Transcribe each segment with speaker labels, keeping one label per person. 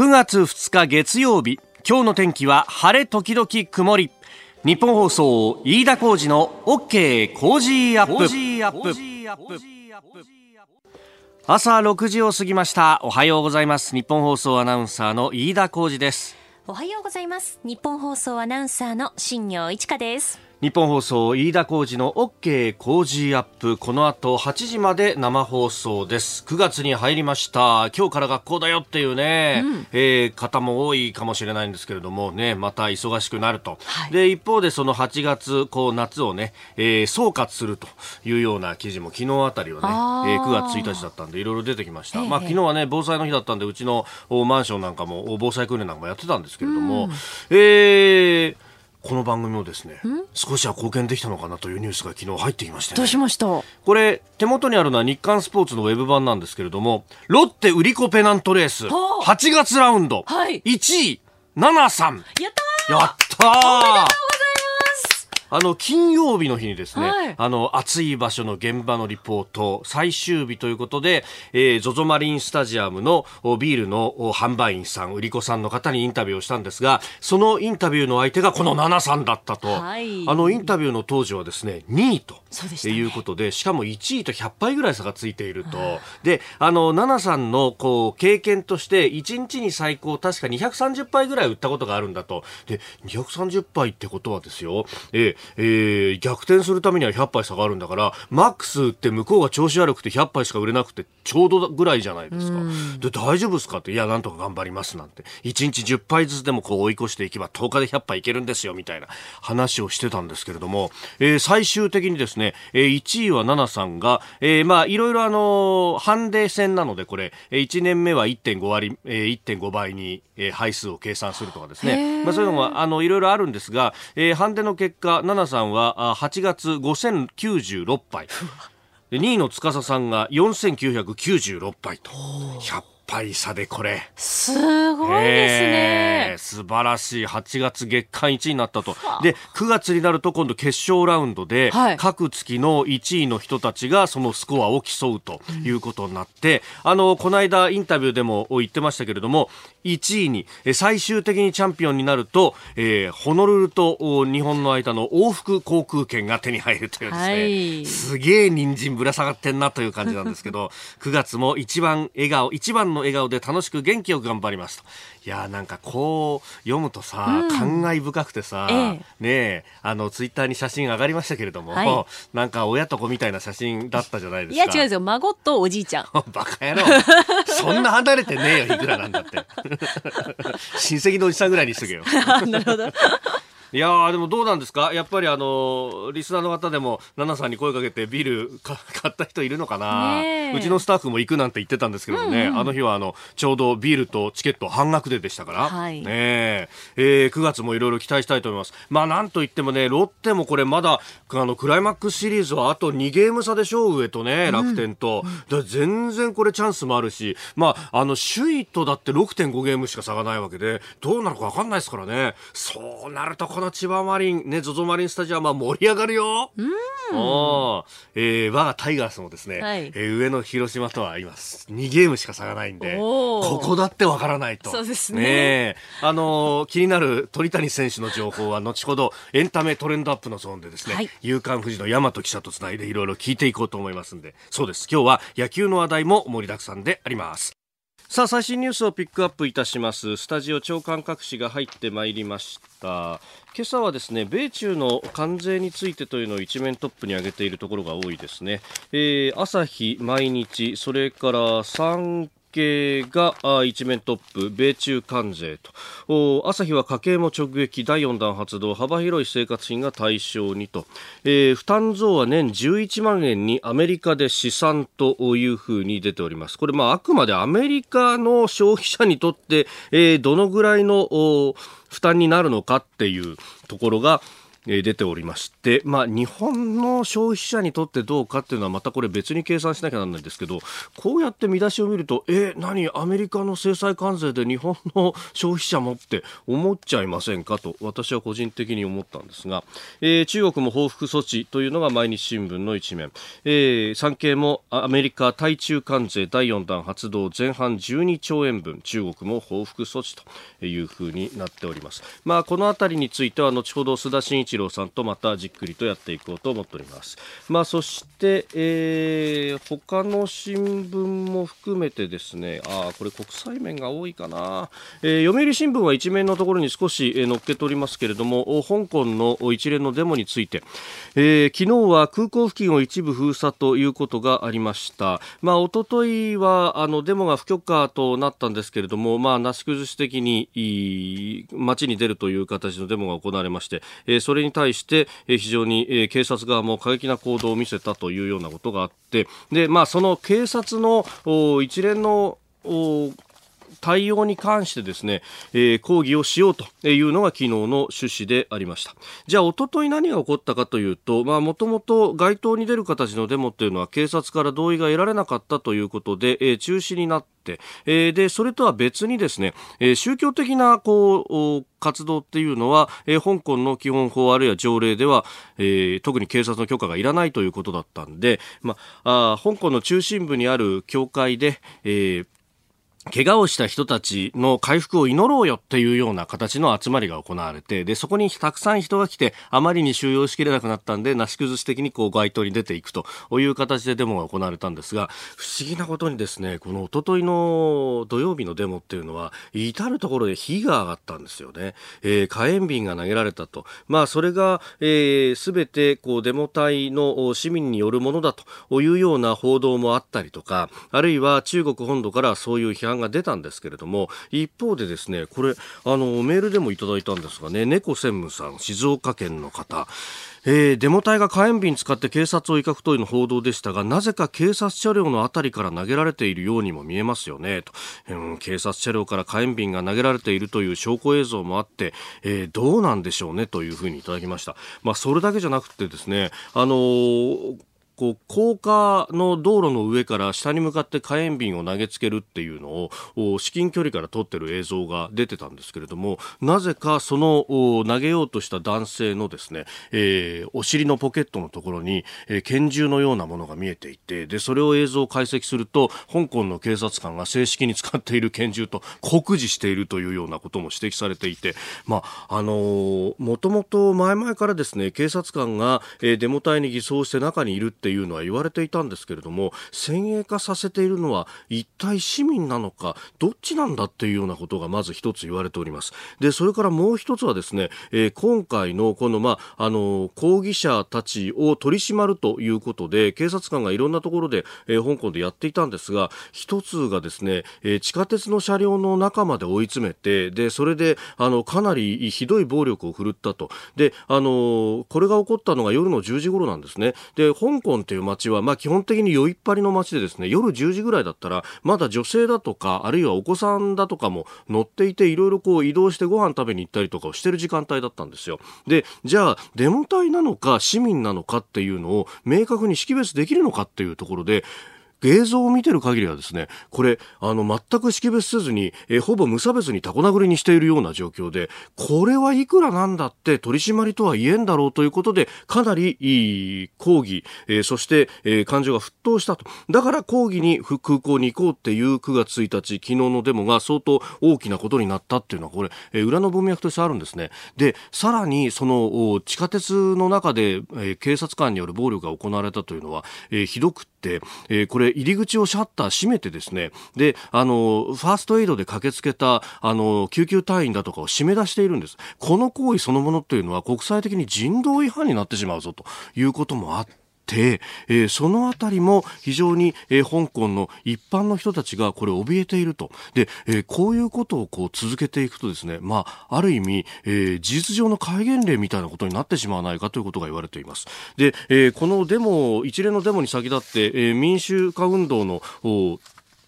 Speaker 1: 9月2日月曜日、今日の天気は晴れ時々曇り。日本放送飯田浩司の OK コージーアップ。朝6時を過ぎました。おはようございます。日本放送アナウンサーの飯田浩司です。
Speaker 2: おはようございます。日本放送アナウンサーの新業一華です。
Speaker 1: 日本放送飯田浩司の OK コージーアップ、この後8時まで生放送です。9月に入りました。今日から学校だよっていうね、方も多いかもしれないんですけれどもね、また忙しくなると、はい、で一方でその8月夏をね、総括するというような記事も昨日あたりはね、9月1日だったんでいろいろ出てきました。昨日はね防災の日だったんで、うちのマンションなんかも防災訓練なんかもやってたんですけれども、この番組もですね、少しは貢献できたのかなというニュースが昨日入ってきましてね。
Speaker 2: どうしました？
Speaker 1: これ手元にあるのは日刊スポーツのウェブ版なんですけれども、ロッテ売り子ペナントレース8月ラウンド、はい、1位ナナさん。
Speaker 2: やったー、
Speaker 1: やったー、
Speaker 2: おめでとうございます。
Speaker 1: 金曜日の日にですね、
Speaker 2: はい、
Speaker 1: 暑い場所の現場のリポート最終日ということで、ZOZO マリンスタジアムのビールの販売員さん、売り子さんの方にインタビューをしたんですが、そのインタビューの相手がこのナナさんだったと、はい、インタビューの当時はですね2位ということで、しかも1位と100杯ぐらい差がついていると。で、ナナさんの経験として1日に最高確か230杯ぐらい売ったことがあるんだと。で、230杯ってことはですよ、逆転するためには100杯差があるんだから、マックスって向こうが調子悪くて100杯しか売れなくてちょうどぐらいじゃないですか。で、大丈夫ですかって、いやなんとか頑張りますなんて、1日10杯ずつでも追い越していけば10日で100杯いけるんですよみたいな話をしてたんですけれども、最終的にですね、1位はナナさんが、いろいろハンデ戦なので、これ1年目は 1.5 倍に杯数を計算するとかですね、そういうのがいろいろあるんですが、ハンデの結果ナナさんは8月5096杯で、2位の司さんが4996杯と、100杯差でこれ
Speaker 2: すごいですね、
Speaker 1: 素晴らしい。8月月間1位になったと。で、9月になると今度決勝ラウンドで、各月の1位の人たちがそのスコアを競うということになって、この間インタビューでも言ってましたけれども、1位に最終的にチャンピオンになると、ホノルルと日本の間の往復航空券が手に入るというですね、すげえ人参ぶら下がってんなという感じなんですけど9月も一番の笑顔で楽しく元気よく頑張りますと。いや、なんかこう読むとさ、感慨深くてさ、ねえ、ツイッターに写真上がりましたけれども、なんか親と子みたいな写真だったじゃないですか。
Speaker 2: いや違うんですよ、孫とおじいちゃん
Speaker 1: バカ野郎そんな離れてねえよ、いくらなんだって親戚のおじさんぐらいにしとけよ
Speaker 2: なるほど。
Speaker 1: いやー、でもどうなんですか、やっぱりリスナーの方でもナナさんに声かけてビール買った人いるのかな。うちのスタッフも行くなんて言ってたんですけどね、あの日はちょうどビールとチケット半額でしたから、9月もいろいろ期待したいと思います。なんといってもね、ロッテもこれまだクライマックスシリーズはあと2ゲーム差でしょ、上とね、楽天と、全然これチャンスもあるし、首位とだって 6.5 ゲームしか差がないわけで、どうなるか分かんないですからね。そうなるとこの千葉マリンね、ZOZO マリンスタジアムは盛り上がるよ。我がタイガースもですね、上の広島とは今2ゲームしか差がないんで、ここだってわからないと。
Speaker 2: そうですね。
Speaker 1: 気になる鳥谷選手の情報は後ほどエンタメトレンドアップのゾーンでですね、夕刊フジの大和記者とつないでいろいろ聞いていこうと思いますんで、そうです、今日は野球の話題も盛りだくさんであります。さあ、最新ニュースをピックアップいたします。スタジオ長官各紙が入ってまいりました。今朝はですね、米中の関税についてというのを一面トップに挙げているところが多いですね。朝日、毎日、それから産経が一面トップ、米中関税と。朝日は家計も直撃、第4弾発動、幅広い生活品が対象にと。負担増は年11万円にアメリカで試算というふうに出ております。これあくまでアメリカの消費者にとって、どのぐらいの負担になるのかっていうところが出ておりまして、日本の消費者にとってどうかっていうのはまたこれ別に計算しなきゃならないんですけど、こうやって見出しを見ると何アメリカの制裁関税で日本の消費者もって思っちゃいませんかと私は個人的に思ったんですが、中国も報復措置というのが毎日新聞の一面、産経もアメリカ対中関税第4弾発動前半12兆円分中国も報復措置というふうになっております。このあたりについては後ほど須田慎一郎さんとまたじっくりとやっていこうと思っております。そして、他の新聞も含めてですね、これ国際面が多いかな、読売新聞は一面のところに少し載っけておりますけれども、香港の一連のデモについて、昨日は空港付近を一部封鎖ということがありました。おとといはデモが不許可となったんですけれども、なし崩し的に街に出るという形のデモが行われまして、それに対して非常に警察側も過激な行動を見せたというようなことがあって、で、その警察の一連の対応に関してですね、抗議をしようというのが昨日の趣旨でありました。じゃあ一昨日何が起こったかというと、もともと街頭に出る形のデモというのは警察から同意が得られなかったということで、中止になって、でそれとは別にですね、宗教的な活動っていうのは、香港の基本法あるいは条例では、特に警察の許可がいらないということだったんで、香港の中心部にある教会で、怪我をした人たちの回復を祈ろうよっていうような形の集まりが行われて、でそこにたくさん人が来てあまりに収容しきれなくなったんでなし崩し的に街頭に出ていくという形でデモが行われたんですが、不思議なことにですね、この一昨日の土曜日のデモっていうのは至るところで火が上がったんですよね。火炎瓶が投げられたと、それが、全てデモ隊の市民によるものだというような報道もあったりとか、あるいは中国本土からそういう批判が出たんですけれども、一方でですね、これメールでもいただいたんですがね、猫専務さん、静岡県の方、デモ隊が火炎瓶使って警察を威嚇というの報道でしたが、なぜか警察車両のあたりから投げられているようにも見えますよねと、警察車両から火炎瓶が投げられているという証拠映像もあって、どうなんでしょうねというふうにいただきました。それだけじゃなくてですね、高架の道路の上から下に向かって火炎瓶を投げつけるっていうのを至近距離から撮ってる映像が出てたんですけれども、なぜかその投げようとした男性のですね、お尻のポケットのところに、拳銃のようなものが見えていて、でそれを映像を解析すると香港の警察官が正式に使っている拳銃と酷似しているというようなことも指摘されていて、もともと前々からですね、警察官が、デモ隊に偽装して中にいるっていうのは言われていたんですけれども、先鋭化させているのは一体市民なのかどっちなんだっていうようなことがまず一つ言われております。でそれからもう一つはですね、今回のこの、抗議者たちを取り締まるということで警察官がいろんなところで、香港でやっていたんですが、一つがですね、地下鉄の車両の中まで追い詰めて、でそれでかなりひどい暴力を振るったと。でこれが起こったのが夜の10時頃なんですね。で香港っていう街は、基本的に酔いっぱりの街でですね、夜10時ぐらいだったらまだ女性だとかあるいはお子さんだとかも乗っていて、いろいろ移動してご飯食べに行ったりとかをしてる時間帯だったんですよ。でじゃあデモ隊なのか市民なのかっていうのを明確に識別できるのかっていうところで、映像を見てる限りはですね、これ全く識別せずに、ほぼ無差別にタコ殴りにしているような状況で、これはいくらなんだって取り締まりとは言えんだろうということで、かなりいい抗議、そして、感情が沸騰したと。だから抗議に空港に行こうっていう9月1日昨日のデモが相当大きなことになったっていうのは、これ、裏の文脈としてあるんですね。でさらにその地下鉄の中で、警察官による暴力が行われたというのは、ひどくって、これ入り口をシャッター閉めてですね、でファーストエイドで駆けつけた救急隊員だとかを締め出しているんです。この行為そのものというのは国際的に人道違反になってしまうぞということもあって、そのあたりも非常に、香港の一般の人たちがこれ怯えていると。で、こういうことを続けていくとですね、ある意味、事実上の戒厳令みたいなことになってしまわないかということが言われています。で、このデモ、一連のデモに先立って、民主化運動の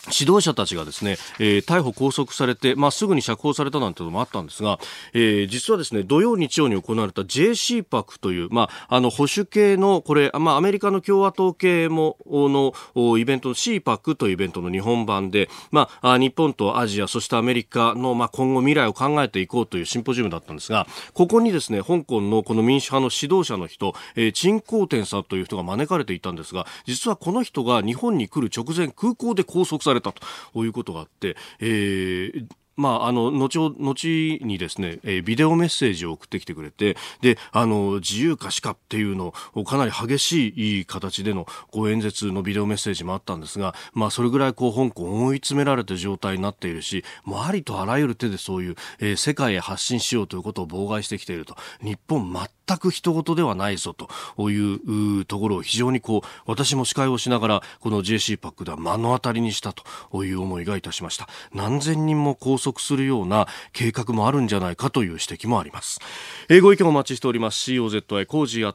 Speaker 1: 指導者たちがですね、逮捕拘束されて、すぐに釈放されたなんてのもあったんですが、実はですね、土曜日曜に行われた JCPAC という、保守系のこれ、アメリカの共和党系のイベントの CPAC というイベントの日本版で、日本とアジアそしてアメリカの、今後未来を考えていこうというシンポジウムだったんですが、ここにですね、香港のこの民主派の指導者の人、陳光天さんという人が招かれていたんですが、実はこの人が日本に来る直前空港で拘束されたということがあって、後にですね、ビデオメッセージを送ってきてくれて、で、自由か死かっていうのをかなり激しい形での演説のビデオメッセージもあったんですが、それぐらい香港追い詰められた状態になっているし、ありとあらゆる手でそういう、世界へ発信しようということを妨害してきていると。日本全く人事ではないぞというところを非常に私も司会をしながらこの JCPAC では目の当たりにしたという思いがいたしました。何千人も拘束するような計画もあるんじゃないかという指摘もあります。ご意見お待ちしております。COZY コージー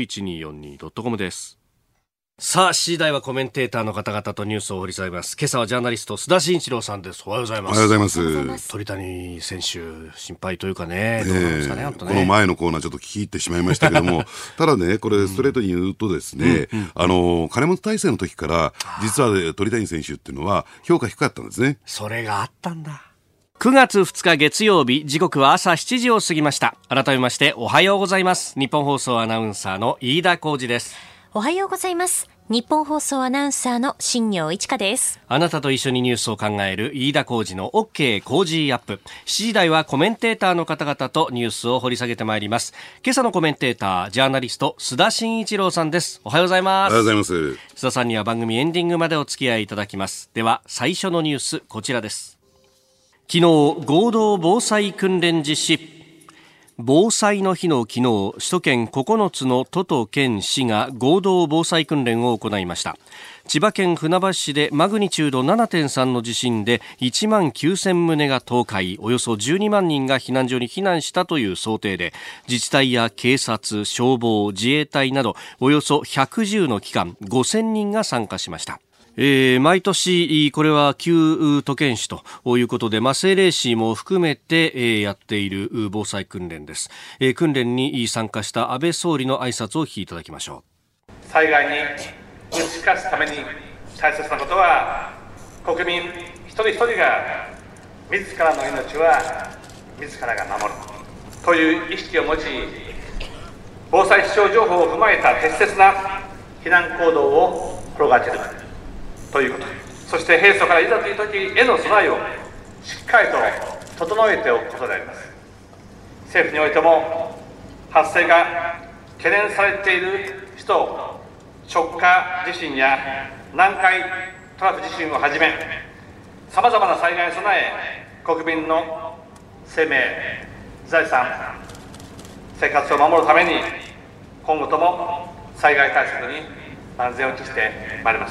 Speaker 1: @1242.com です。さあ、7時台はコメンテーターの方々とニュースを掘り下げます。今朝はジャーナリスト須田慎一郎さんです。おはようございます。
Speaker 3: おはようございます。
Speaker 1: 鳥谷選手心配というかね、どうなんですかね、本当ね。
Speaker 3: この前のコーナーちょっと聞き入ってしまいましたけどもただね、これストレートに言うとですね、金本体制の時から実は鳥谷選手っていうのは評価低かったんですね。
Speaker 1: それがあったんだ。9月2日月曜日、時刻は朝7時を過ぎました。改めましておはようございます。日本放送アナウンサーの飯田浩司です。
Speaker 2: おはようございます。日本放送アナウンサーの新業一華です。
Speaker 1: あなたと一緒にニュースを考える飯田浩司の OK 工事アップ。7時台はコメンテーターの方々とニュースを掘り下げてまいります。今朝のコメンテーター、ジャーナリスト須田慎一郎さんです。おはようございます。
Speaker 3: おはようございます。
Speaker 1: 須田さんには番組エンディングまでお付き合いいただきます。では最初のニュース、こちらです。昨日、合同防災訓練実施。防災の日の昨日、首都圏9つの都と県市が合同防災訓練を行いました。千葉県船橋市でマグニチュード 7.3 の地震で1万9000棟が倒壊、およそ12万人が避難所に避難したという想定で、自治体や警察、消防、自衛隊などおよそ110の機関5000人が参加しました。毎年これは旧都県市ということで、政令市も含めて、やっている防災訓練です。訓練に参加した安倍総理の挨拶を聞きいただきましょ
Speaker 4: う。災害に打ち勝つために大切なことは、国民一人一人が自らの命は自らが守るという意識を持ち、防災気象情報を踏まえた適切な避難行動を心がけるということ、そして平素からいざという時への備えをしっかりと整えておくことであります。政府においても発生が懸念されている首都直下地震や南海トラフ地震をはじめ、さまざまな災害に備え、国民の生命、財産、生活を守るために今後とも災害対策に万全を期してまいります。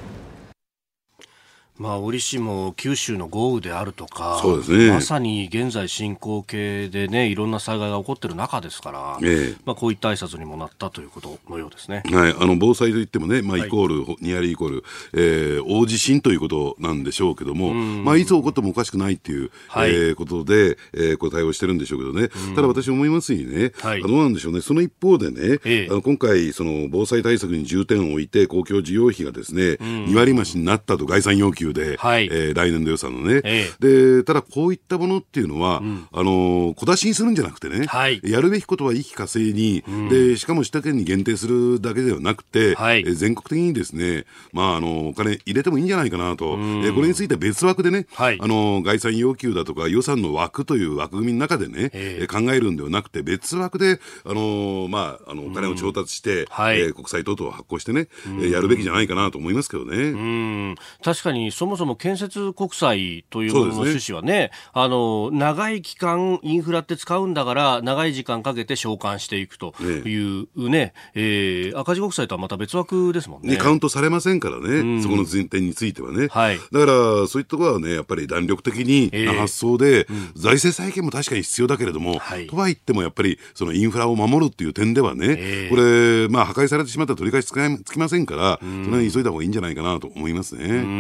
Speaker 1: 折しも九州の豪雨であるとか、
Speaker 3: そうですね、
Speaker 1: まさに現在進行形でね、いろんな災害が起こっている中ですから、こういった挨拶にもなったということのようですね。
Speaker 3: はい、防災といってもね、イコール、ニアリーイコール、大地震ということなんでしょうけども、いつ起こってもおかしくないっていう、ことで、これ対応してるんでしょうけどね。ただ私思いますにね、どうなんでしょうね、その一方でね、今回その防災対策に重点を置いて公共事業費がですね、2割増しになったと概算要求で、来年度予算のね、でただこういったものっていうのは、小出しにするんじゃなくてね、やるべきことは一気呵成に、でしかも首都圏に限定するだけではなくて、全国的にですね、お金入れてもいいんじゃないかなと、これについては別枠でね、概算要求だとか予算の枠という枠組みの中でね、考えるんではなくて別枠でお金を調達して、国債等々を発行してね、やるべきじゃないかなと思いますけどね。
Speaker 1: 確かにそもそも建設国債というものの趣旨はね、長い期間インフラって使うんだから長い時間かけて償還していくというね、赤字国債とはまた別枠ですもんね。
Speaker 3: カウントされませんからね、そこの前提についてはね、だからそういったところはね、やっぱり弾力的にな発想で、財政再建も確かに必要だけれども、とは言ってもやっぱりそのインフラを守るっていう点ではね、これ破壊されてしまったら取り返しつきませんから、そのように急いだ方がいいんじゃないかなと思いますね。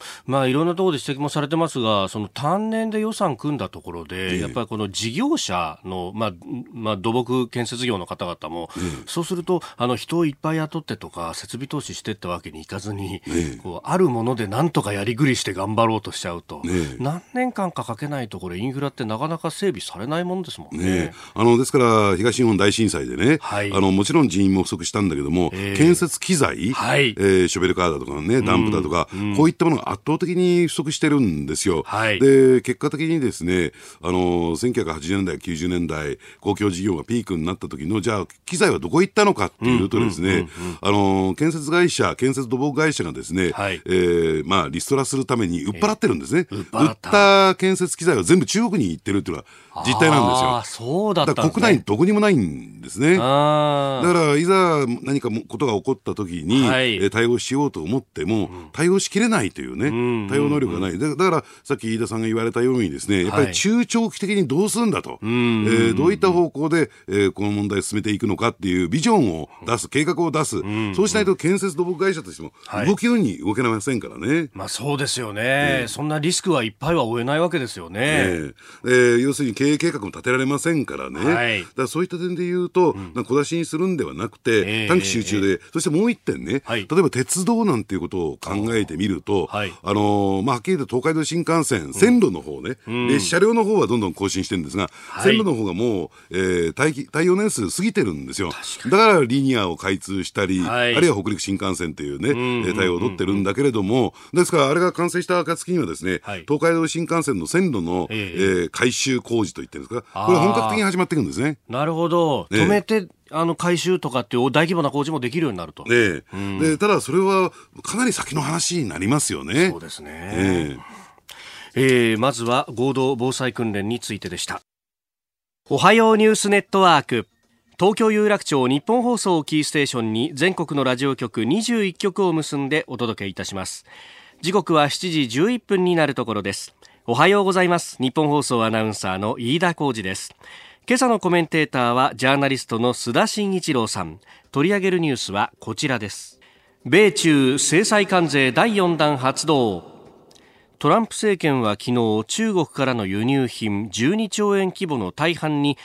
Speaker 1: いろんなところで指摘もされてますが、その単年で予算組んだところで、やっぱりこの事業者の、土木建設業の方々も、そうすると人をいっぱい雇ってとか設備投資してってわけにいかずに、こうあるものでなんとかやりくりして頑張ろうとしちゃうと、何年間かかけないとこれインフラってなかなか整備されないもんですもんね。
Speaker 3: ですから東日本大震災でね、もちろん人員も不足したんだけども、建設機材、ショベルカーだとかね、ダンプだとか、こういったものが圧倒的に不足してるんですよ。で、結果的にですね、1980年代、90年代、公共事業がピークになった時の、じゃあ、機材はどこ行ったのかっていうとですね、建設会社、建設土木会社がですね、リストラするために売っ払ってるんですね。売った建設機材は全部中国に行ってるっていうのは実態なんですよ。
Speaker 1: そうだったんですね。
Speaker 3: だから国内にどこにもないんですね。だからいざ何かことが起こった時に、対応しようと思っても対応しきれないというね、対応能力がない。だからさっき飯田さんが言われたようにですね、やっぱり中長期的にどうするんだと、どういった方向で、この問題を進めていくのかっていうビジョンを出す、計画を出す、そうしないと建設土木会社としても動きように動けませんからね。
Speaker 1: そうですよね、そんなリスクはいっぱいは負えないわけですよね。
Speaker 3: 要するに経営計画も立てられませんからね。だからそういった点で言うと、小出しにするんではなくて、短期集中で、そしてもう一点ね、例えば鉄道なんていうことを考えてみると、はっきり言うと東海道新幹線、線路の方ね、で車両の方はどんどん更新してるんですが、線路の方がもう、耐用年数過ぎてるんですよ。だからリニアを開通したり、あるいは北陸新幹線というね、対応を取ってるんだけれども、ですからあれが完成した暁にはですね、東海道新幹線の線路の、改修工事といってるんですか、これ本格的に始まっていくんですね。
Speaker 1: なるほど、止めて改修とかっていう大規模な工事もできるようになると。
Speaker 3: でただそれはかなり先の話になりますよね。
Speaker 1: そうですね。まずは合同防災訓練についてでした。おはようニュースネットワーク、東京有楽町日本放送をキーステーションに全国のラジオ局21局を結んでお届けいたします。時刻は7時11分になるところです。おはようございます。日本放送アナウンサーの飯田浩司です。今朝のコメンテーターはジャーナリストの須田慎一郎さん。取り上げるニュースはこちらです。米中制裁関税第4弾発動。トランプ政権は昨日、中国からの輸入品12兆円規模の大半に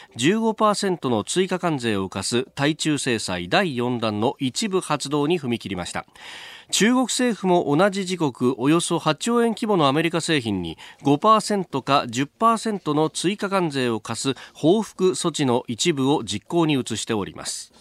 Speaker 1: 15% の追加関税を課す対中制裁第4弾の一部発動に踏み切りました。中国政府も同じ時刻およそ8兆円規模のアメリカ製品に 5% か 10% の追加関税を課す報復措置の一部を実行に移しております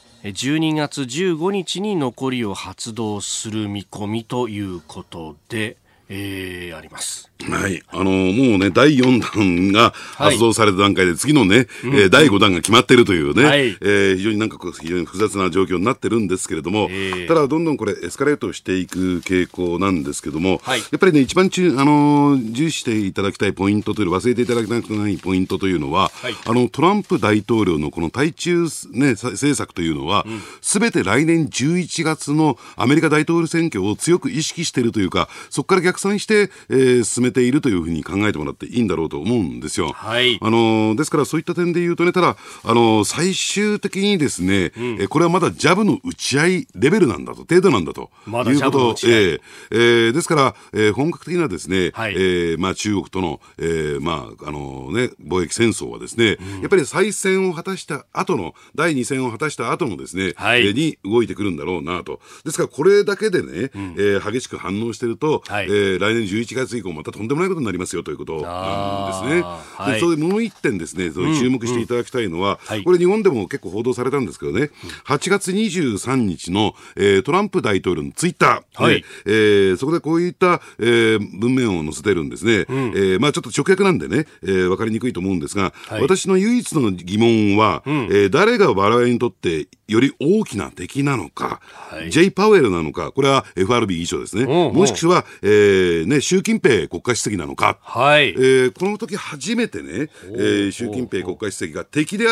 Speaker 1: 。12月15日に残りを発動する見込みということで、あります。
Speaker 3: はい。もうね、第4弾が発動された段階で、次のね、第5弾が決まっているというね、非常に非常に複雑な状況になってるんですけれども、ただどんどんこれエスカレートしていく傾向なんですけども、やっぱりね、一番重視していただきたいポイントというの、忘れていただきたくないポイントというのは、トランプ大統領のこの対中、ね、政策というのは、すべて来年11月のアメリカ大統領選挙を強く意識しているというか、そこから逆算して、進めているというふうに考えてもらっていいんだろうと思うんですよ。ですからそういった点で言うとね、ただ最終的にですね、これはまだジャブの打ち合いレベルなんだと、程度なんだということ、ですから、本格的なですね、中国との、貿易戦争はですね、やっぱり再選を果たした後の第2戦を果たした後のですね、に動いてくるんだろうなと。ですからこれだけでね、激しく反応してると、来年11月以降またとんでもないことになりますよということなんですね。でそれでもう一点ですね、注目していただきたいのは、これ日本でも結構報道されたんですけどね、8月23日の、トランプ大統領のツイッター、そこでこういった、文面を載せてるんですね。ちょっと直訳なんでね、分かりにくいと思うんですが、私の唯一の疑問は、誰が我々にとってより大きな敵なのか、J. パウエルなのか、これは FRB 議長ですね、もしくは、習近平国家主席なのか、この時初めてね、習近平国家主席が敵であると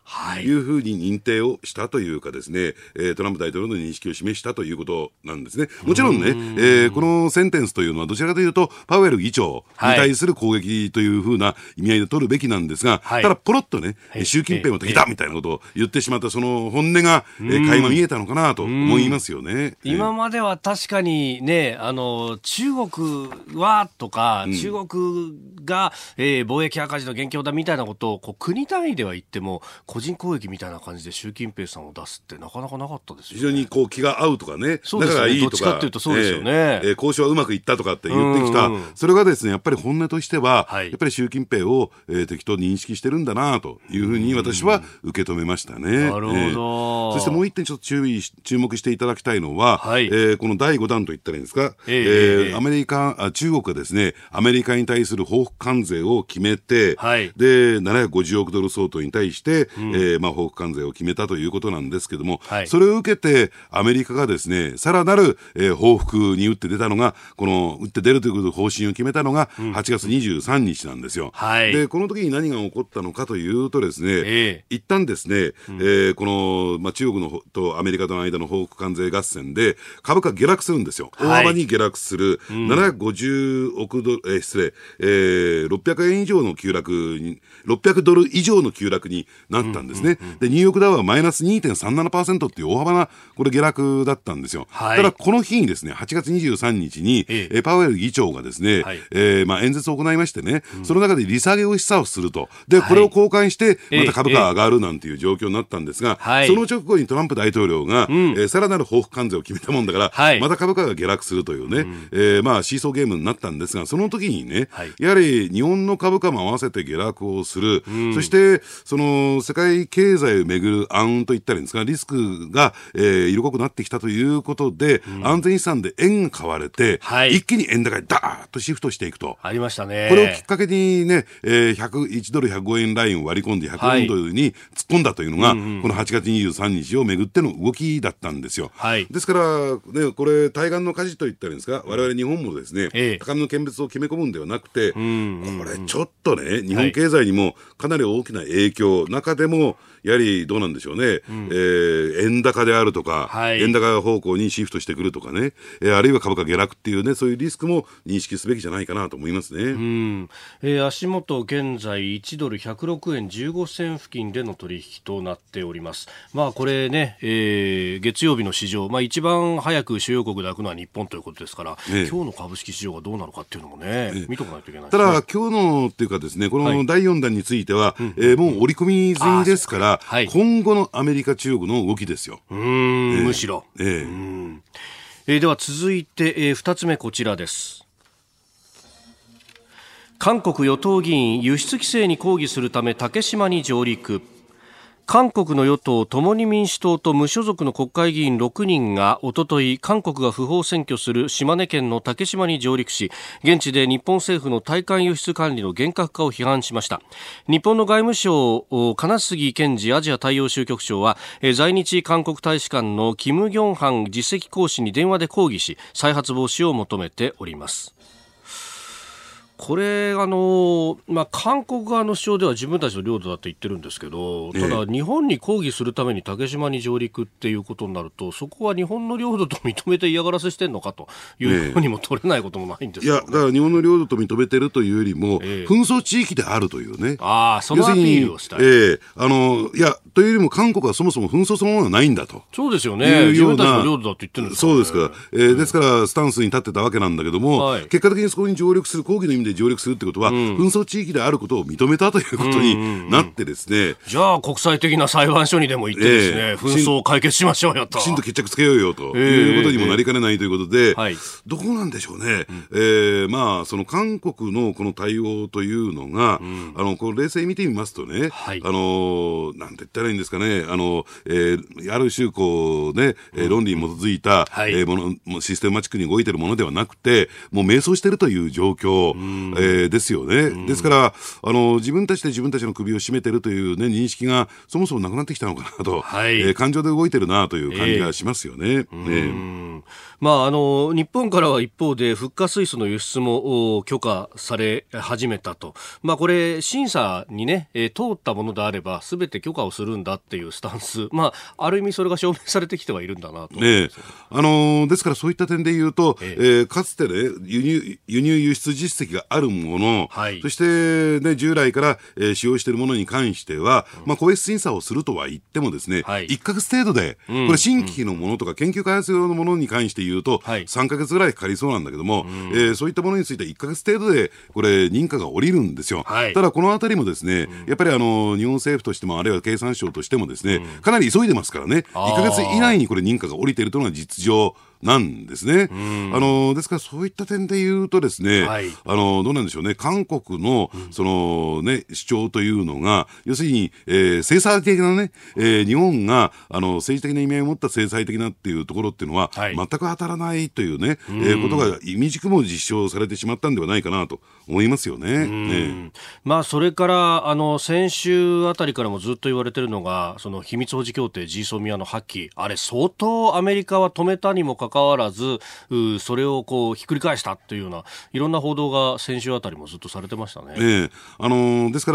Speaker 3: いうふうに認定をしたというかですね、トランプ大統領の認識を示したということなんですね。もちろんね、このセンテンスというのはどちらかというとパウエル議長に対する攻撃というふうな意味合いで取るべきなんですが、ただポロッとね、習近平も敵だみたいなことを言ってしまったその本音が、垣間見えたのかなと思いますよね。
Speaker 1: 今までは確かにね、中国はとか、中国が、貿易赤字の元凶だみたいなことをこう国単位では言っても個人攻撃みたいな感じで習近平さんを出すってなかなかなかったですよね。
Speaker 3: 非常にこう気が合うとかね、
Speaker 1: そうですよね、
Speaker 3: だからいいとか、
Speaker 1: どっちかっていうとそうですよね、
Speaker 3: 交渉はうまくいったとかって言ってきた、それがですねやっぱり本音としては、やっぱり習近平を、敵と認識してるんだなというふうに私は受け止めましたね。
Speaker 1: なるほど、
Speaker 3: そしてもう一点ちょっと注目していただきたいのは、この第5弾と言ったらいいんですか、中国がですねアメリカに対する報復関税を決めて、で750億ドル相当に対して、報復関税を決めたということなんですけども、それを受けてアメリカがですねさらなる、報復に打って出たのが打って出るということで方針を決めたのが8月23日なんですよ。でこの時に何が起こったのかというとですね、一旦ですね、この、中国のとアメリカとの間の報復関税合戦で株価下落するんですよ。大幅に下落する、750億ドル、600円以上の急落に、600ドル以上の急落になったんですね。でニューヨークダウはマイナス 2.37% っていう大幅なこれ下落だったんですよ。ただこの日にですね8月23日に、パウエル議長がですね、演説を行いましてね、その中で利下げを示唆をすると。でこれを交換してまた株価が上がるなんていう状況になったんですが、その直後にトランプ大統領が、さらなる報復関税を決めたもんだから、また株価が下落するというね、シーソーゲームになったんですが、その時にね、やはり日本の株価も合わせて下落をする、そしてその世界経済をめぐる暗雲といったらいいんですか、リスクが、色濃くなってきたということで、安全資産で円が買われて、一気に円高にダーッとシフトしていくと。
Speaker 1: ありましたね。
Speaker 3: これをきっかけにね、1ドル105円ラインを割り込んで104ドルに突っ込んだというのが、この8月23日をめぐっての動きだったんですよ。ですから、ね、これ対岸の火事といったらいいんですか、我々日本もですね、高みの見物を決め込むんではなくて、これちょっとね日本経済にもかなり大きな影響、中でもやはりどうなんでしょうね、円高であるとか、円高方向にシフトしてくるとかね、あるいは株価下落っていうね、そういうリスクも認識すべきじゃないかなと思いますね。
Speaker 1: 足元現在1ドル106円15銭付近での取引となっております。これね、月曜日の市場、一番早く主要国で開くのは日本ということですから、今日の株式市場がどうなのかっていうのもね、見とかないといけないですね。
Speaker 3: ただ今日のっていうかですね、この第4弾については、もう織り込み済みですから、今後のアメリカ中国の動きですよ。
Speaker 1: むしろ、では続いて、2つ目こちらです。韓国与党議員輸出規制に抗議するため竹島に上陸。韓国の与党共に民主党と無所属の国会議員6人がおととい韓国が不法占拠する島根県の竹島に上陸し、現地で日本政府の対韓輸出管理の厳格化を批判しました。日本の外務省金杉健治アジア大洋州局長は在日韓国大使館のキム・ギョンハン実績行使に電話で抗議し、再発防止を求めております。これ韓国側の主張では自分たちの領土だと言ってるんですけど、ただ日本に抗議するために竹島に上陸っていうことになると、そこは日本の領土と認めて嫌がらせしてんのかというふうにも取れないこともないんですけど、ね、
Speaker 3: いやだから日本の領土と認めてるというよりも、紛争地域であるというね、
Speaker 1: そのアピールをしたい、
Speaker 3: いやというよりも韓国はそもそも紛争そのものはないんだと。
Speaker 1: そうですよね、自分たちの領土だと言ってるんですから、ね、
Speaker 3: そうですから、ですからスタンスに立ってたわけなんだけども、結果的にそこに上陸する、抗議の意味で上陸するってことは、紛争地域であることを認めたということになってですね、
Speaker 1: じゃあ国際的な裁判所にでも行ってですね、紛争を解決しましょうよと、
Speaker 3: きちんと決着つけようよということにもなりかねないということで、どうなんでしょうね、その韓国のこの対応というのが、これ冷静に見てみますとね、なんて言ったらいいんですかね、ある種こうね、論理に基づいた、システマチックに動いているものではなくて、もう迷走しているという状況ですよね。ですから自分たちで自分たちの首を絞めてるという、ね、認識がそもそもなくなってきたのかなと、感情で動いてるなという感じがしますよね。
Speaker 1: まあ、日本からは一方でフッ化水素の輸出も許可され始めたと、まあ、これ審査に、ね、通ったものであれば全て許可をするんだっていうスタンス、まあ、ある意味それが証明されてきてはいるんだなと、
Speaker 3: ですからそういった点で言うと、かつて、ね、輸入輸出実績があるもの、そして、ね、従来から、使用しているものに関しては、個別審査をするとは言ってもですね、1ヶ月程度で、これ新規のものとか研究開発用のものに関して言うと、3ヶ月ぐらいかかりそうなんだけども、そういったものについては1ヶ月程度でこれ認可が下りるんですよ。ただこのあたりもですね、やっぱり日本政府としてもあるいは経産省としてもですね、かなり急いでますからね、1ヶ月以内にこれ認可が下りているというのが実情なんですね。ですからそういった点で言うとですね、どうなんでしょうね、韓国のそのね主張というのが要するに、制裁的なね、日本が政治的な意味合いを持った制裁的なっていうところっていうのは、全く当たらないというね、ことが意味軸も実証されてしまったんではないかなと思いますよね。
Speaker 1: まあ、それから先週あたりからもずっと言われているのがその秘密保持協定 GSOMIA の破棄、あれ相当アメリカは止めたにもかかわらずそれをこうひっくり返したというようないろんな報道が先週あたりもずっとされてましたね。
Speaker 3: ですから、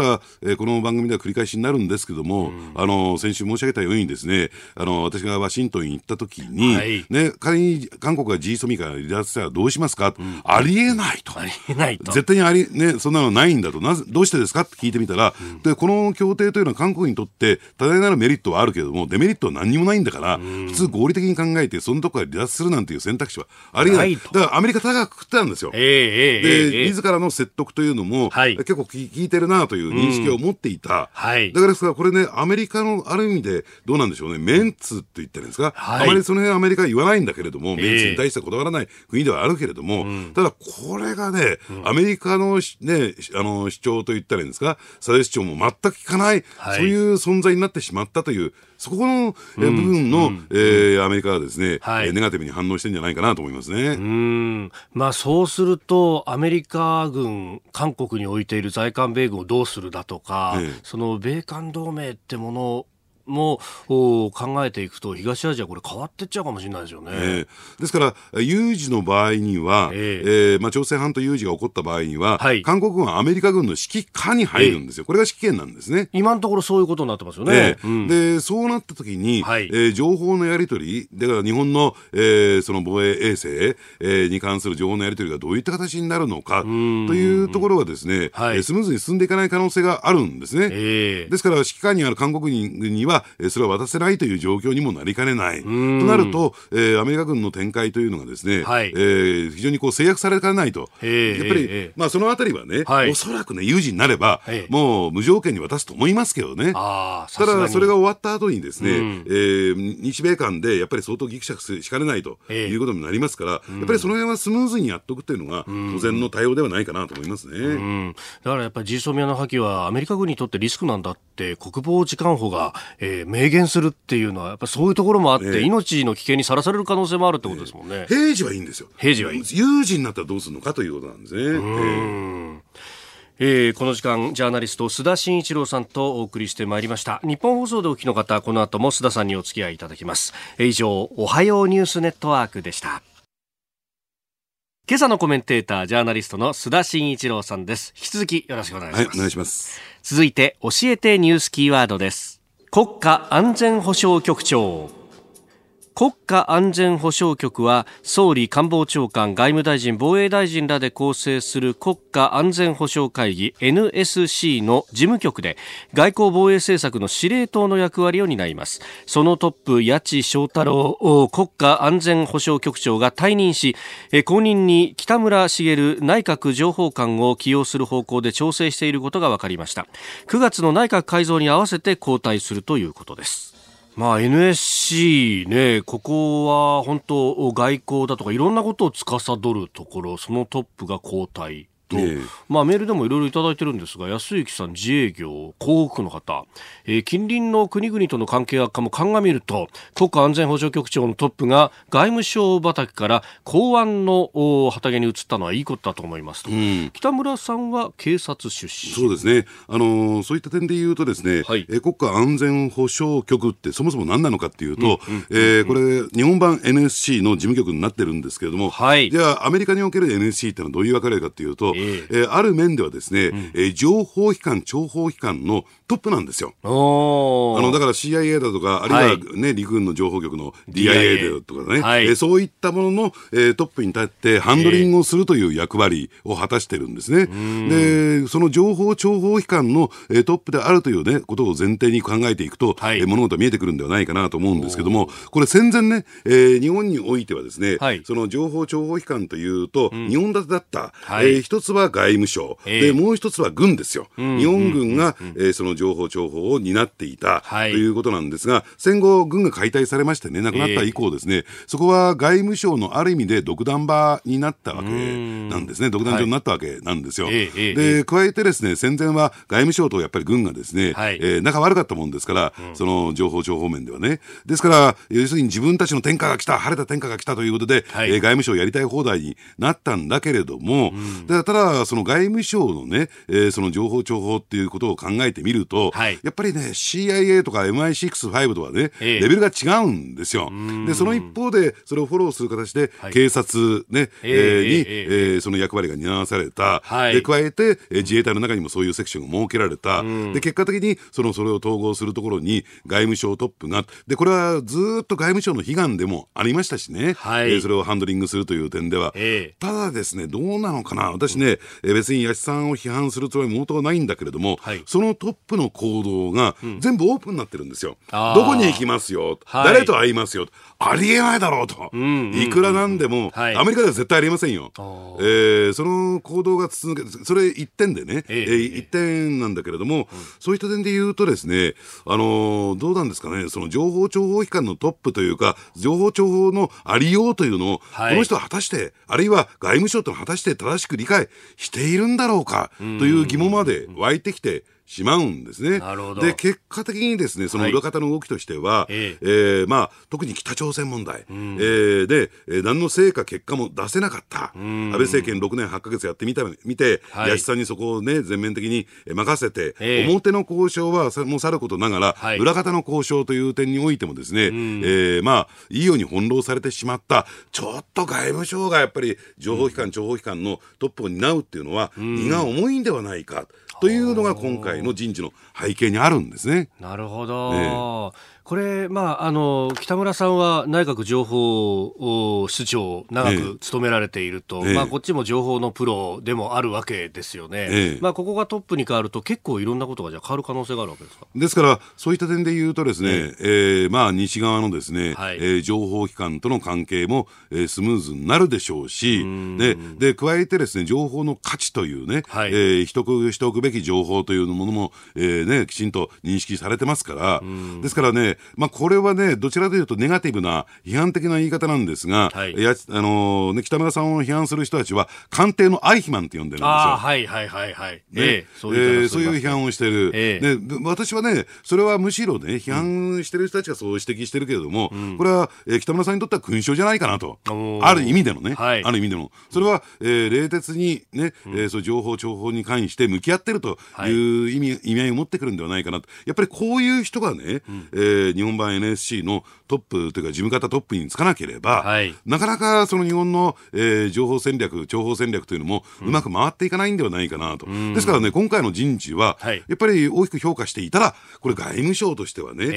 Speaker 3: この番組では繰り返しになるんですけども、先週申し上げたようにですね、私がワシントンに行った時に、仮に韓国が GSOMIA から離脱したらどうしますか、ありえないと、絶対にそんなのないんだと、どうしてですかって聞いてみたら、でこの協定というのは韓国にとって多大なるメリットはあるけれどもデメリットは何にもないんだから、普通合理的に考えてそのところから離脱するなんていう選択肢はありえない。だからアメリカ高く食ってたんですよ。で自らの説得というのも、結構聞いてるなという認識を持っていた。だからですからこれね、アメリカのある意味でどうなんでしょうね、メンツって言ったらいいんですか、あまりその辺アメリカは言わないんだけれども、メンツに対してこだわらない国ではあるけれども、ただこれがね、アメリカの、ね、主張と言ったらいいんですか、サデ主張も全く聞かない、そういう存在になってしまったという、そこの部分のアメリカはですね、ネガティブに反応してるんじゃないかなと思いますね。
Speaker 1: まあ、そうするとアメリカ軍、韓国に置いている在韓米軍をどうするだとか、その米韓同盟ってものも考えていくと東アジアこれ変わっていっちゃうかもしれないですよね。
Speaker 3: ですから有事の場合には、朝鮮半島有事が起こった場合には、韓国軍はアメリカ軍の指揮下に入るんですよ。これが指揮権なんですね。
Speaker 1: 今のところそういうことになってますよね。
Speaker 3: でそうなった時に、情報のやり取りだから日本の、その防衛衛星、に関する情報のやり取りがどういった形になるのかというところはですね、スムーズに進んでいかない可能性があるんですね。ですから指揮下にある韓国軍にはそれは渡せないという状況にもなりかねない。となると、アメリカ軍の展開というのがですね、非常にこう制約されかねないと。やっぱり、そのあたりはね、おそらくね、有事になれば、もう無条件に渡すと思いますけどね。ただ、それが終わった後にですね、日米間でやっぱり相当ギクシャクしかねないということになりますから、やっぱりその辺はスムーズにやっておくというのが当然の対応ではないかなと思いますね。
Speaker 1: だからやっぱり GSOMIA の破棄はアメリカ軍にとってリスクなんだって国防次官補が、明言するっていうのはやっぱそういうところもあって、命の危険にさらされる可能性もあるってことですもんね。
Speaker 3: 平時はいいんですよ。
Speaker 1: 平時はいい。
Speaker 3: 有事になったらどうするのかということなんですね。
Speaker 1: この時間ジャーナリスト須田慎一郎さんとお送りしてまいりました。日本放送でお聞きの方、この後も須田さんにお付き合いいただきます。以上、おはようニュースネットワークでした。今朝のコメンテータージャーナリストの須田慎一郎さんです。引き続きよろしくお願いします。
Speaker 3: お願いします。
Speaker 1: 続いて教えてニュースキーワードです。国家安全保障局長。国家安全保障局は総理官房長官、外務大臣、防衛大臣らで構成する国家安全保障会議 NSC の事務局で外交防衛政策の司令塔の役割を担います。そのトップ谷地翔太郎国家安全保障局長が退任し、後任に北村茂内閣情報官を起用する方向で調整していることが分かりました。9月の内閣改造に合わせて交代するということです。NSC ね、ここは本当外交だとかいろんなことを司るところ、そのトップが交代と、メールでもいろいろいただいてるんですが、安幸さん、自営業広北の方、近隣の国々との関係悪化も鑑みると、国家安全保障局長のトップが外務省畑から公安の畑に移ったのはいいことだと思いますと、北村さんは警察出身。
Speaker 3: そうですね、そういった点で言うとですね、国家安全保障局ってそもそも何なのかっていうと、これ日本版 NSC の事務局になってるんですけれども、じゃあアメリカにおける NSC ってのはどういう分かれかっていうと、ある面ではですね、情報機関諜報機関のトップなんですよ。だから CIA だとか、あるいは、ね、陸軍の情報局の DIA だとかね、そういったものの、トップに立ってハンドリングをするという役割を果たしてるんですね。で、その情報諜報機関の、トップであるという、ね、ことを前提に考えていくと、物事は見えてくるんではないかなと思うんですけども、これ戦前ね、日本においてはですね、その情報諜報機関というと、2本立てだった。一つは外務省、でもう一つは軍ですよ。日本軍が、その情報諜報を担っていた、ということなんですが、戦後軍が解体されましてね、亡くなった以降ですね、そこは外務省のある意味で独断場になったわけなんですね。独断場になったわけなんですよ。で、加えてですね、戦前は外務省とやっぱり軍がですね、仲悪かったもんですから、その情報諜報面ではね。ですから、要するに自分たちの天下が来た、晴れた天下が来たということで、外務省やりたい放題になったんだけれども、ただ、その外務省のね、その情報諜報っていうことを考えてみると、やっぱりね、CIA とか MI6、5とはね、レベルが違うんですよ。で、その一方で、それをフォローする形で、警察ね、に、その役割が担わされた。で、加えて、自衛隊の中にもそういうセクションが設けられた。で、結果的に、それを統合するところに、外務省トップが、で、これはずっと外務省の悲願でもありましたしね、それをハンドリングするという点では。ただですね、どうなのかな。私ね、別に八千さんを批判するつもりも元はないんだけれども、そのトップの行動が全部オープンになってるんですよ。どこに行きますよ、誰と会いますよ、ありえないだろうと、いくらなんでも、アメリカでは絶対ありえませんよ。その行動が続け、それ一点でね、一点なんだけれども、そういった点で言うとですね、どうなんですかね、その情報諜報機関のトップというか、情報諜報のありようというのを、この人は果たして、あるいは外務省と果たして正しく理解しているんだろうかという疑問まで湧いてきてしまうんですね。で、結果的にですね、その裏方の動きとしては、まあ、特に北朝鮮問題、で、何の成果結果も出せなかった。安倍政権6年8ヶ月やってみて、八千さんにそこをね、全面的に任せて、表の交渉はもうさることながら、裏方の交渉という点においてもですね、まあ、いいように翻弄されてしまった。ちょっと外務省がやっぱり情報機関、諜報機関のトップを担うっていうのは、荷が重いんではないか。というのが今回の人事の背景にあるんですね。
Speaker 1: なるほど。これ、北村さんは内閣情報室長を長く務められていると、こっちも情報のプロでもあるわけですよね。ここがトップに変わると結構いろんなことがじゃあ変わる可能性があるわけですか。
Speaker 3: ですからそういった点で言うとですね、西側のですね、情報機関との関係も、スムーズになるでしょうし、で加えてですね、情報の価値というね、しておくべき情報というものも、きちんと認識されてますから、ですからね、これはね、どちらかというとネガティブな批判的な言い方なんですが、北村さんを批判する人たちは官邸のアイヒマンって呼んでるんですよ。そういう批判をしている。私はね、それはむしろね、批判してる人たちがそう指摘してるけれども、これは、北村さんにとっては勲章じゃないかなと。ある意味でのね、ある意味での。それは、冷徹にね、そういう情報諜報に関して向き合ってるという意味合いを持ってくるんではないかなと。やっぱりこういう人がね、日本版 NSC のトップというか事務方トップにつかなければ、なかなかその日本の、情報戦略、諜報戦略というのもうまく回っていかないんではないかなと。ですからね、今回の人事は、やっぱり大きく評価していたら、これ外務省としてはね、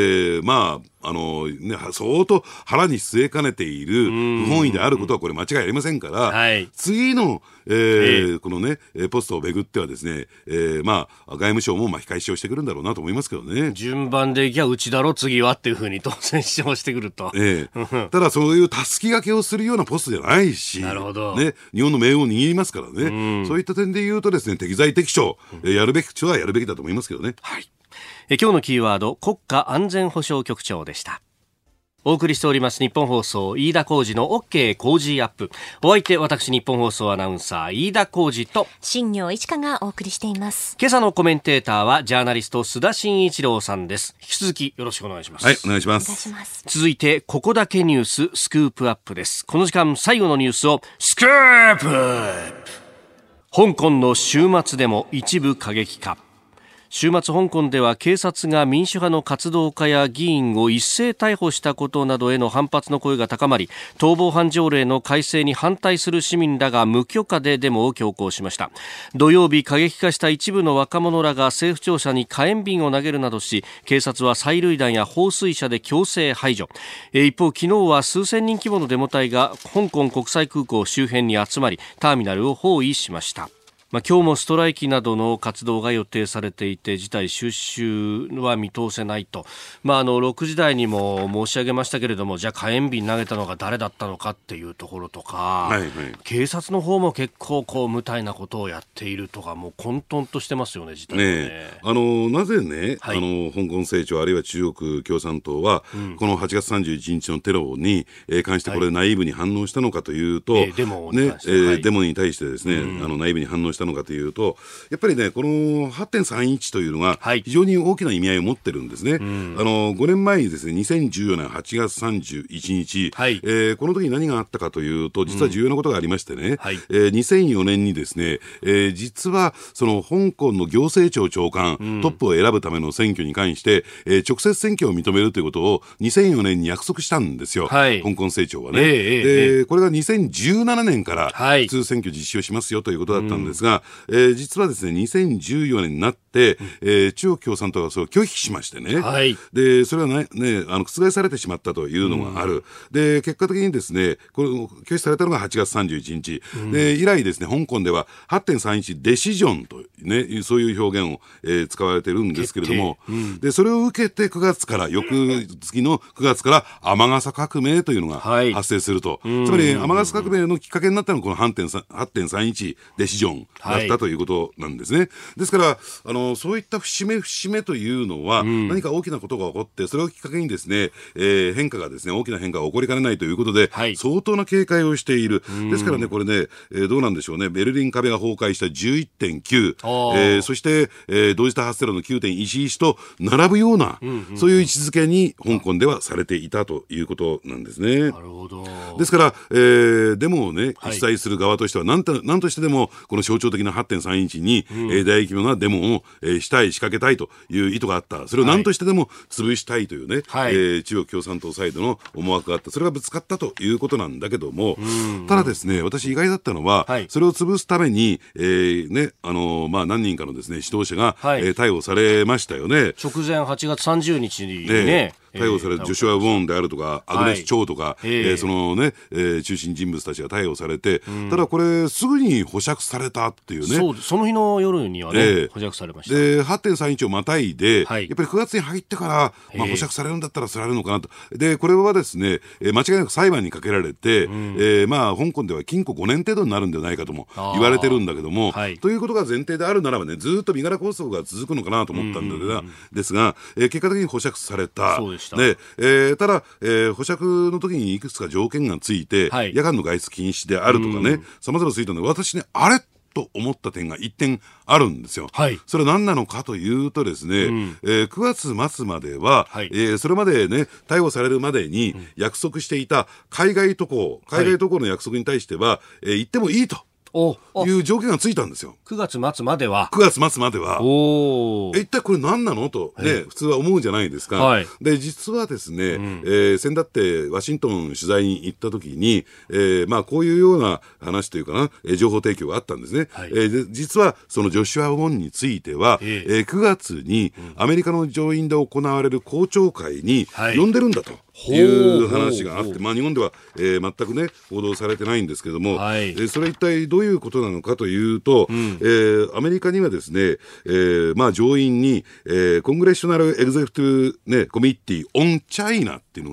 Speaker 3: 相当腹に据えかねている不本意であることはこれ間違いありませんから、次の、このね、ポストをめぐってはですね、外務省も巻き返しをしてくるんだろうなと思いますけどね。
Speaker 1: 順番でいきゃうちだろ次はっていうふうに当選主張してくると。
Speaker 3: ただそういうたすき掛けをするようなポストじゃないし、
Speaker 1: なるほど、
Speaker 3: ね、日本の命運を握りますからね、そういった点で言うとですね、適材適所、やるべき人はやるべきだと思いますけどね。
Speaker 1: 今日のキーワード、国家安全保障局長でした。 お送りしております日本放送飯田浩司の OK 工事アップ。お相手私日本放送アナウンサー飯田浩司と
Speaker 2: 新業一華がお送りしています。
Speaker 1: 今朝のコメンテーターはジャーナリスト須田慎一郎さんです。引き続きよろしくお願いします。
Speaker 3: はい、お願いしま
Speaker 2: お願いし
Speaker 3: す。
Speaker 2: ます。
Speaker 1: 続いてここだけニューススクープアップです。この時間最後のニュースをスクープアップ。香港の週末でも一部過激化。週末香港では警察が民主派の活動家や議員を一斉逮捕したことなどへの反発の声が高まり、逃亡犯条例の改正に反対する市民らが無許可でデモを強行しました。土曜日過激化した一部の若者らが政府庁舎に火炎瓶を投げるなどし、警察は催涙弾や放水車で強制排除。一方、昨日は数千人規模のデモ隊が香港国際空港周辺に集まり、ターミナルを包囲しました。今日もストライキなどの活動が予定されていて、事態収拾は見通せないと。6時台にも申し上げましたけれども、じゃあ火炎瓶投げたのが誰だったのかっていうところとか、
Speaker 3: はいはい、
Speaker 1: 警察の方も結構無体なことをやっているとか、もう混沌としてますよね、事態ね。
Speaker 3: なぜね、
Speaker 1: はい、
Speaker 3: 香港政庁あるいは中国共産党は、この8月31日のテロに、関してこれナイーブに反応したのかというと、
Speaker 1: デモ
Speaker 3: に対してですね、ナイーブに反応したのかというと、やっぱりね、この 8.31 というのが非常に大きな意味合いを持ってるんですね。5年前にですね、2014年8月31日、
Speaker 1: はい、
Speaker 3: この時に何があったかというと、実は重要なことがありましてね、2004年にですね、実はその香港の行政庁長官、トップを選ぶための選挙に関して、直接選挙を認めるということを2004年に約束したんですよ、香港政庁はね。でこれが2017年から普通選挙実施をしますよということだったんですが、実はですね、2014年になって、中国共産党がそれを拒否しましてね、でそれは覆されてしまったというのがある。で結果的にですね、これ拒否されたのが8月31日、で以来ですね、香港では 8.31 デシジョンと、ね、そういう表現を、使われてるんですけれども、でそれを受けて9月から翌月の9月から雨傘革命というのが発生すると、つまり雨傘革命のきっかけになったのはこの 8.31 デシジョンだったということなんですね。ですからそういった節目節目というのは、何か大きなことが起こって、それをきっかけにですね、変化がですね、大きな変化が起こりかねないということで、相当な警戒をしている。ですからね、これね、どうなんでしょうね、ベルリン壁が崩壊した 11.9、そして、同時多発テロの 9.11 と並ぶような、そういう位置づけに香港ではされていたということなんですね。
Speaker 1: なるほど。
Speaker 3: ですから、デモをね、主催する側としては何としてでもこの象徴的な 8.31 に、大規模なデモを、仕掛けたいという意図があった。それを何としてでも潰したいというね、中国共産党サイドの思惑があった。それがぶつかったということなんだけども、ただですね、私意外だったのは、それを潰すために、何人かのですね、指導者が、逮捕されましたよね。
Speaker 1: 直前8月30日にね、
Speaker 3: 逮捕されるジョシュア・ウォンであるとか、アグネス・チョウとか、そのね、中心人物たちが逮捕されて、ただこれすぐに保釈されたっていうね。
Speaker 1: その日の夜にはね、保釈されました。
Speaker 3: で 8.31 をまたいで、やっぱり9月に入ってから、保釈されるんだったらされるのかなと。でこれはですね、間違いなく裁判にかけられて、香港では禁錮5年程度になるんではないかとも言われてるんだけども、ということが前提であるならばね、ずっと身柄拘束が続くのかなと思ったんですが、結果的に保釈された。でただ、保釈の時にいくつか条件がついて、夜間の外出禁止であるとかね、様々ついたので、私ね、あれと思った点が一点あるんですよ。それは何なのかというとですね、9月末までは、それまでね、逮捕されるまでに約束していた海外渡航の約束に対しては、行ってもいいという条件がついたんですよ。
Speaker 1: 9月末までは。
Speaker 3: 一体これ何なのと、ね、普通は思うじゃないですか。で実はですね、先だってワシントン取材に行った時に、こういうような話というかな、情報提供があったんですね。実はそのジョシュア・ウォンについては、9月にアメリカの上院で行われる公聴会に呼んでるんだという話があって、日本では、全くね報道されてないんですけども、それ一体どういうことなのかというと、アメリカにはですね、上院に、コングレッショナルエグゼクティブ、コミッティオンチャイナっていうのが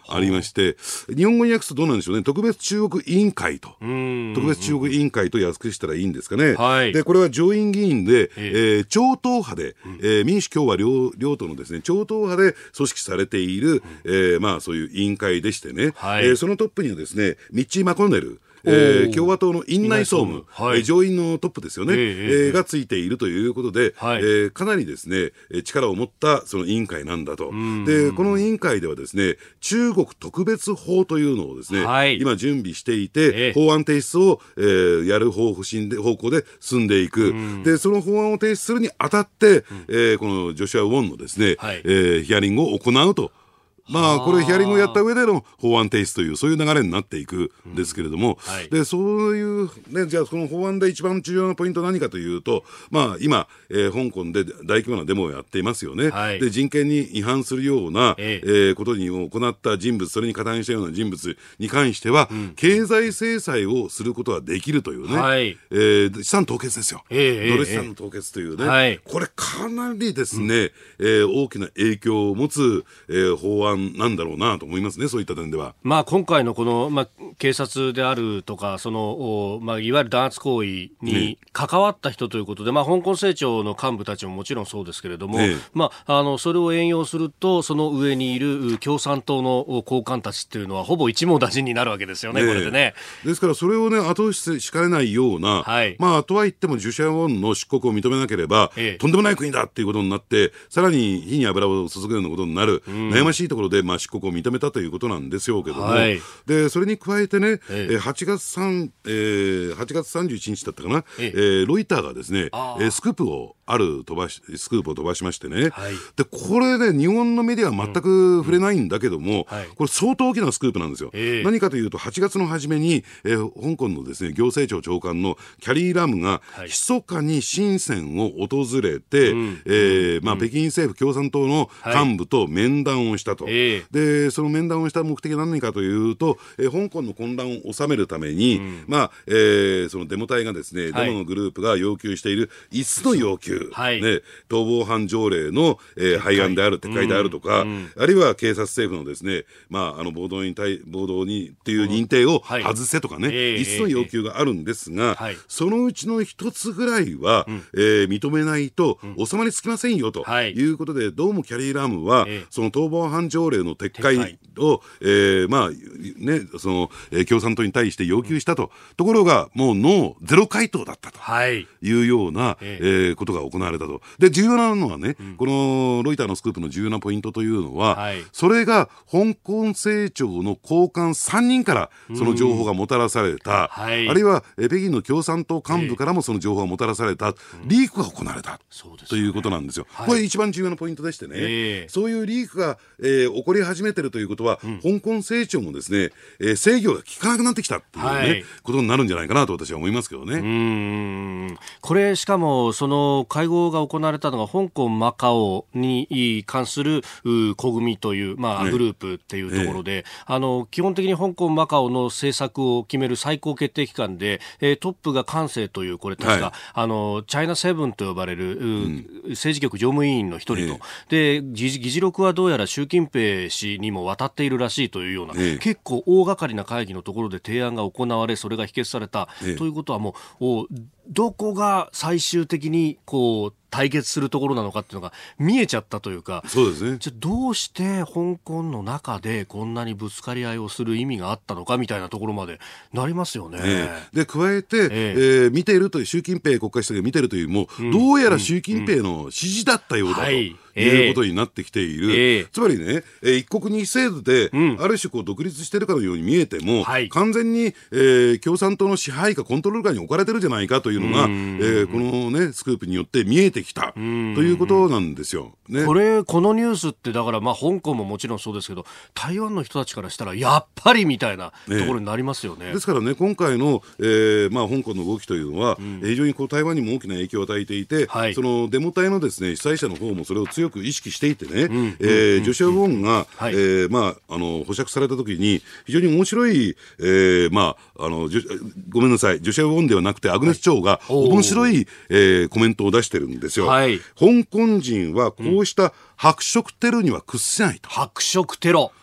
Speaker 3: ありまして、日本語に訳すとどうなんでしょうね、特別中国委員会と、特別中国委員会と訳したらいいんですかね。
Speaker 1: はい、
Speaker 3: でこれは上院議員で、超党派で、民主共和両党のですね、超党派で組織されている、そういう委員会でしてね、はい、そのトップにはですね、ミッチー・マコネル、共和党の院内総務、はい、上院のトップですよね、がついているということで、はい、かなりですね、力を持ったその委員会なんだと。でこの委員会ではですね、中国特別法というのをですね、はい、今準備していて、法案提出を、やる方向で進んでいく。でその法案を提出するにあたって、このジョシュア・ウォンのですね、はい、ヒアリングを行うと。これヒアリングをやった上での法案提出というそういう流れになっていくんですけれども、はい、でそういう、ね、じゃあその法案で一番重要なポイントは何かというと、今、香港で大規模なデモをやっていますよね、はい、で人権に違反するような、ことに行った人物、それに加担したような人物に関しては、経済制裁をすることができるというね、はい、資産凍結ですよ、ドル資産の凍結というね、はい、これかなりですね、大きな影響を持つ、法案なんだろうなと思いますね、そういった点では。
Speaker 1: 今回のこの、警察であるとかその、いわゆる弾圧行為に関わった人ということで、香港政調の幹部たちももちろんそうですけれども、それを援用するとその上にいる共産党の高官たちっていうのはほぼ一網打尽になるわけですよね、これでね。
Speaker 3: ですからそれをね後押ししかねないような、はい、とはいってもジュシャウォンの出国を認めなければ、とんでもない国だっていうことになって、さらに火に油を注ぐようなことになる、悩ましいところで出国を認めたということなんでしょうけども、はい、でそれに加えてね、8月31日だったかな、ロイターがですね、スクープを飛ばしましてね、はい、でこれで、日本のメディアは全く触れないんだけども、これ相当大きなスクープなんですよ。何かというと8月の初めに、香港のですね行政庁長官のキャリー・ラムが密かに深センを訪れて、北京政府共産党の幹部と面談をしたと、でその面談をした目的は何かというと、香港の混乱を収めるために、そのデモ隊がですね、デモのグループが要求している5つの要求、逃亡犯条例の、廃案である、撤回であるとか、あるいは警察政府のですね、暴動にっていう認定を外せとかね、5つの要求があるんですが、そのうちの1つぐらいは、認めないと収まりつきませんよということで、どうもキャリー・ラムは、その逃亡犯条例の撤回を、その共産党に対して要求したと。ところがもうノーゼロ回答だったというような、ことが行われたと。で重要なのはね、このロイターのスクープの重要なポイントというのは、それが香港政調の高官3人からその情報がもたらされた、あるいは北京の共産党幹部からもその情報がもたらされた、リークが行われた、ということなんですよ。これ一番重要なポイントでしてね、そういうリークが、起こり始めているということは、香港政調もですね、制御が効かなくなってきたというね、ことになるんじゃないかなと私は思いますけどね。
Speaker 1: これしかもその会合が行われたのが香港マカオに関する小組という、グループっていうところで、基本的に香港マカオの政策を決める最高決定機関で、トップが関西という、これ確か、チャイナセブンと呼ばれる、政治局常務委員の一人と、で議事録はどうやら習近平氏にも渡っているらしいというような、結構大掛かりな会議のところで提案が行われ、それが否決された、ということはもうどこが最終的に対決するところなのかっていうのが見えちゃったというか、
Speaker 3: そうですね、
Speaker 1: じゃどうして香港の中でこんなにぶつかり合いをする意味があったのかみたいなところまでなりますよね。
Speaker 3: で加えて、見ているという習近平国家主席が見ているというも、どうやら習近平の指示だったようだということになってきている、つまりね、一国二制度で、ある種独立しているかのように見えても、完全に、共産党の支配下コントロール下に置かれてるじゃないかというのが、この、ね、スクープによって見えてきたということなんですよ、ね、こ
Speaker 1: のニュースってだから、香港ももちろんそうですけど、台湾の人たちからしたらやっぱりみたいなところになりますよね。
Speaker 3: ですからね、今回の、香港の動きというのは、非常に台湾にも大きな影響を与えていて、そのデモ隊のですね、主催者の方もそれを強く意識していてね、ジョシュア・ウォンが、保釈された時に非常に面白い、ごめんなさい、ジョシュア・ウォンではなくてアグネス・チョウが面白い、コメントを出してるんですよ、香港人はこうした白色テロには屈せないと。
Speaker 1: 白色テロ、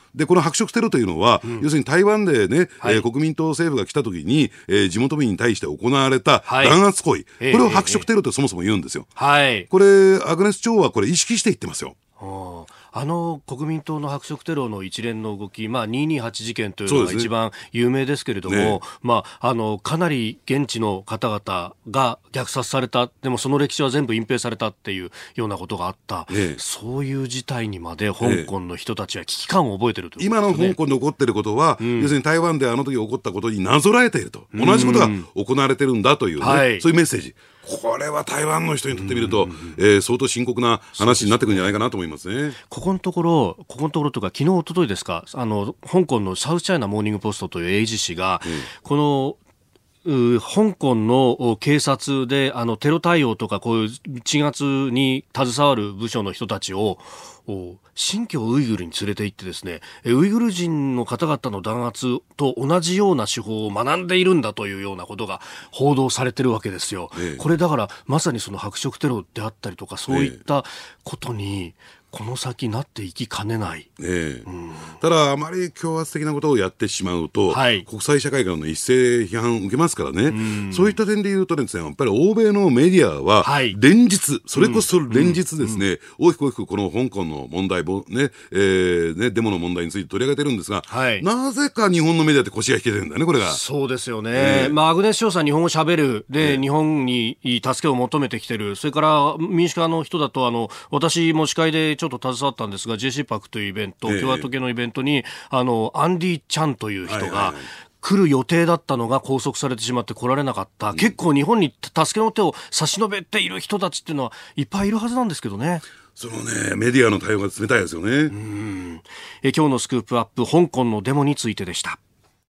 Speaker 3: で、この白色テロというのは、要するに台湾でね、国民党政府が来た時に、地元民に対して行われた弾圧行為、これを白色テロとそもそも言うんですよ。これ、アグネス長はこれ意識して言ってますよ。
Speaker 1: 国民党の白色テロの一連の動き、228事件というのが一番有名ですけれども、かなり現地の方々が虐殺された、でもその歴史は全部隠蔽されたっていうようなことがあった、そういう事態にまで香港の人たちは危機感を覚えているということですね。
Speaker 3: 今の香港で起こっていることは、要するに台湾であの時起こったことになぞらえていると、同じことが行われているんだという、そういうメッセージ。これは台湾の人にとってみると、相当深刻な話になってくるんじゃないかなと思いますね。
Speaker 1: ここのところとか昨日一昨日ですか、香港のサウスチャイナモーニングポストという英字紙が、この香港の警察でテロ対応とかこういう鎮圧に携わる部署の人たちを新疆ウイグルに連れて行ってですね、ウイグル人の方々の弾圧と同じような手法を学んでいるんだというようなことが報道されてるわけですよ。これだからまさにその白色テロであったりとか、そういったことにこの先なっていきかねない。
Speaker 3: ただあまり強圧的なことをやってしまうと、国際社会からの一斉批判を受けますからね。そういった点で言うとですね、やっぱり欧米のメディアは連日、それこそ連日ですね、大きくこの香港の問題デモの問題について取り上げてるんですが、なぜか日本のメディアって腰が引けてるんだよね、これが。
Speaker 1: そうですよね。アグネス・ショーさん日本語喋るで、日本に助けを求めてきてる。それから民主化の人だと私も司会でちょっと携わったんですが、 JC パックというイベント、共和党系のイベントにアンディ・チャンという人が来る予定だったのが拘束されてしまって来られなかった、結構日本に助けの手を差し伸べている人たちっていうのはいっぱいいるはずなんですけどね。
Speaker 3: そのね、メディアの対応が冷たいですよね。
Speaker 1: 今日のスクープアップ、香港のデモについてでした。